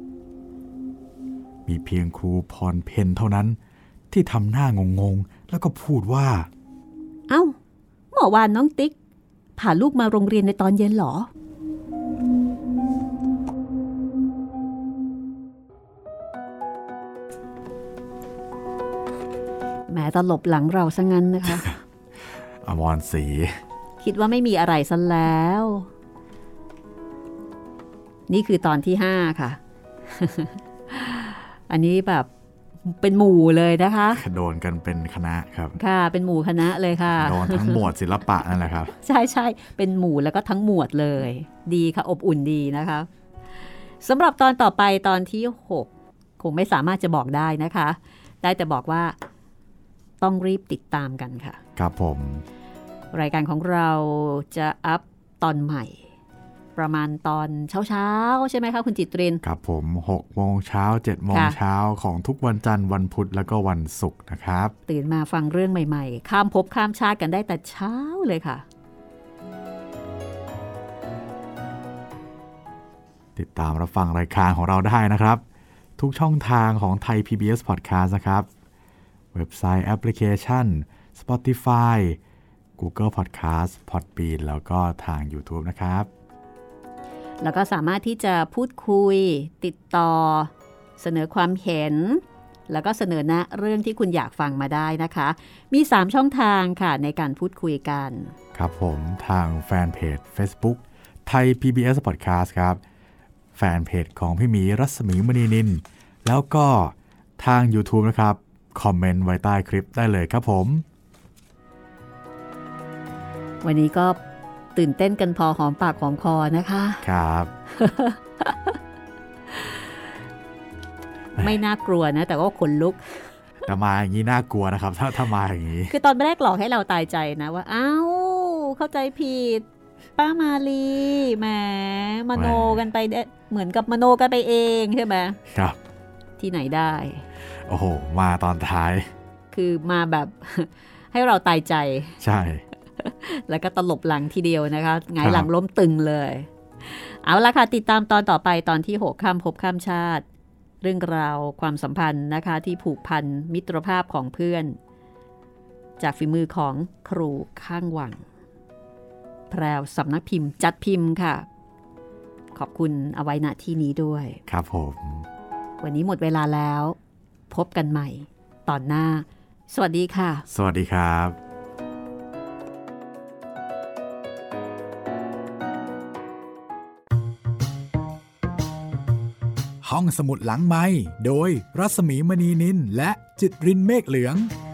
Speaker 1: มีเพียงครูพรเพ็ญเท่านั้นที่ทำหน้างงๆแล้วก็พูดว่า
Speaker 2: เอ้าเมื่อวานน้องติ๊กพาลูกมาโรงเรียนในตอนเย็นเหรอแหมตลบหลังเราซะงั้นนะคะ
Speaker 1: อมรศรี
Speaker 2: คิดว่าไม่มีอะไรซะแล้วนี่คือตอนที่5ค่ะ อันนี้แบบเป็นหมู่เลยนะคะ
Speaker 1: โดนกันเป็นคณะครับ
Speaker 2: ค่ะเป็นหมู่คณะเลยค่ะ
Speaker 1: โดนทั้งหมวดศิลปะนั่นแหละครับ
Speaker 2: ใช่ๆเป็นหมู่แล้วก็ทั้งหมวดเลยดีค่ะอบอุ่นดีนะคะสำหรับตอนต่อไปตอนที่6คงไม่สามารถจะบอกได้นะคะได้แต่บอกว่าต้องรีบติดตามกันค่ะ
Speaker 1: ครับผม
Speaker 2: รายการของเราจะอัพตอนใหม่ประมาณตอนเช้าใช่ไหมคะคุณจิตริน
Speaker 1: ครับผม6 โมงเช้า7 โมงเช้าของทุกวันจันทร์วันพุธแล้วก็วันศุกร์นะครับ
Speaker 2: ตื่นมาฟังเรื่องใหม่ๆข้ามภพข้ามชาติกันได้แต่เช้าเลยค่ะ
Speaker 1: ติดตามรับฟังรายการของเราได้นะครับทุกช่องทางของไทย PBS Podcast นะครับเว็บไซต์แอปพลิเคชัน Spotify Google Podcast Podbean แล้วก็ทาง YouTube นะครับ
Speaker 2: แล้วก็สามารถที่จะพูดคุยติดต่อเสนอความเห็นแล้วก็เสนอแนะเรื่องที่คุณอยากฟังมาได้นะคะมี3ช่องทางค่ะในการพูดคุยกัน
Speaker 1: ครับผมทางแฟนเพจ Facebook ไทย PBS Podcast ครับแฟนเพจของพี่หมีรัศมีมณีนินแล้วก็ทาง YouTube นะครับคอมเมนต์ไว้ใต้คลิปได้เลยครับผม
Speaker 2: วันนี้ก็ตื่นเต้นกันพอหอมปากหอมคอนะคะ
Speaker 1: ครับ
Speaker 2: ไม่น่ากลัวนะแต่ว่าขนลุก
Speaker 1: แต่มาอย่างนี้น่ากลัวนะครับถ้ามาอย่างนี้
Speaker 2: คือตอนแรกหลอกให้เราตายใจนะว่าอ้าวเข้าใจผิดป้ามาลีแหมมโนกันไปเหมือนกับมโนกันไปเองใช่ไหม
Speaker 1: ครับ
Speaker 2: ที่ไหนได้
Speaker 1: โอ้โหมาตอนท้าย
Speaker 2: คือมาแบบ ให้เราตายใจ
Speaker 1: ใช่
Speaker 2: แล้วก็ตลบหลังทีเดียวนะคะหงายหลังล้มตึงเลยเอาละค่ะติดตามตอนต่อไปตอนที่6ค่ำพบค่ำชาติเรื่องราวความสัมพันธ์นะคะที่ผูกพันมิตรภาพของเพื่อนจากฝีมือของครูข้างวังแพรวสำนักพิมพ์จัดพิมพ์ค่ะขอบคุณเอาไว้ณที่นี้ด้วย
Speaker 1: ครับผม
Speaker 2: วันนี้หมดเวลาแล้วพบกันใหม่ตอนหน้าสวัสดีค่ะ
Speaker 1: สวัสดีครับ
Speaker 3: ห้องสมุดหลังไมค์โดยรัศมีมณีนินและจิตรินเมฆเหลือง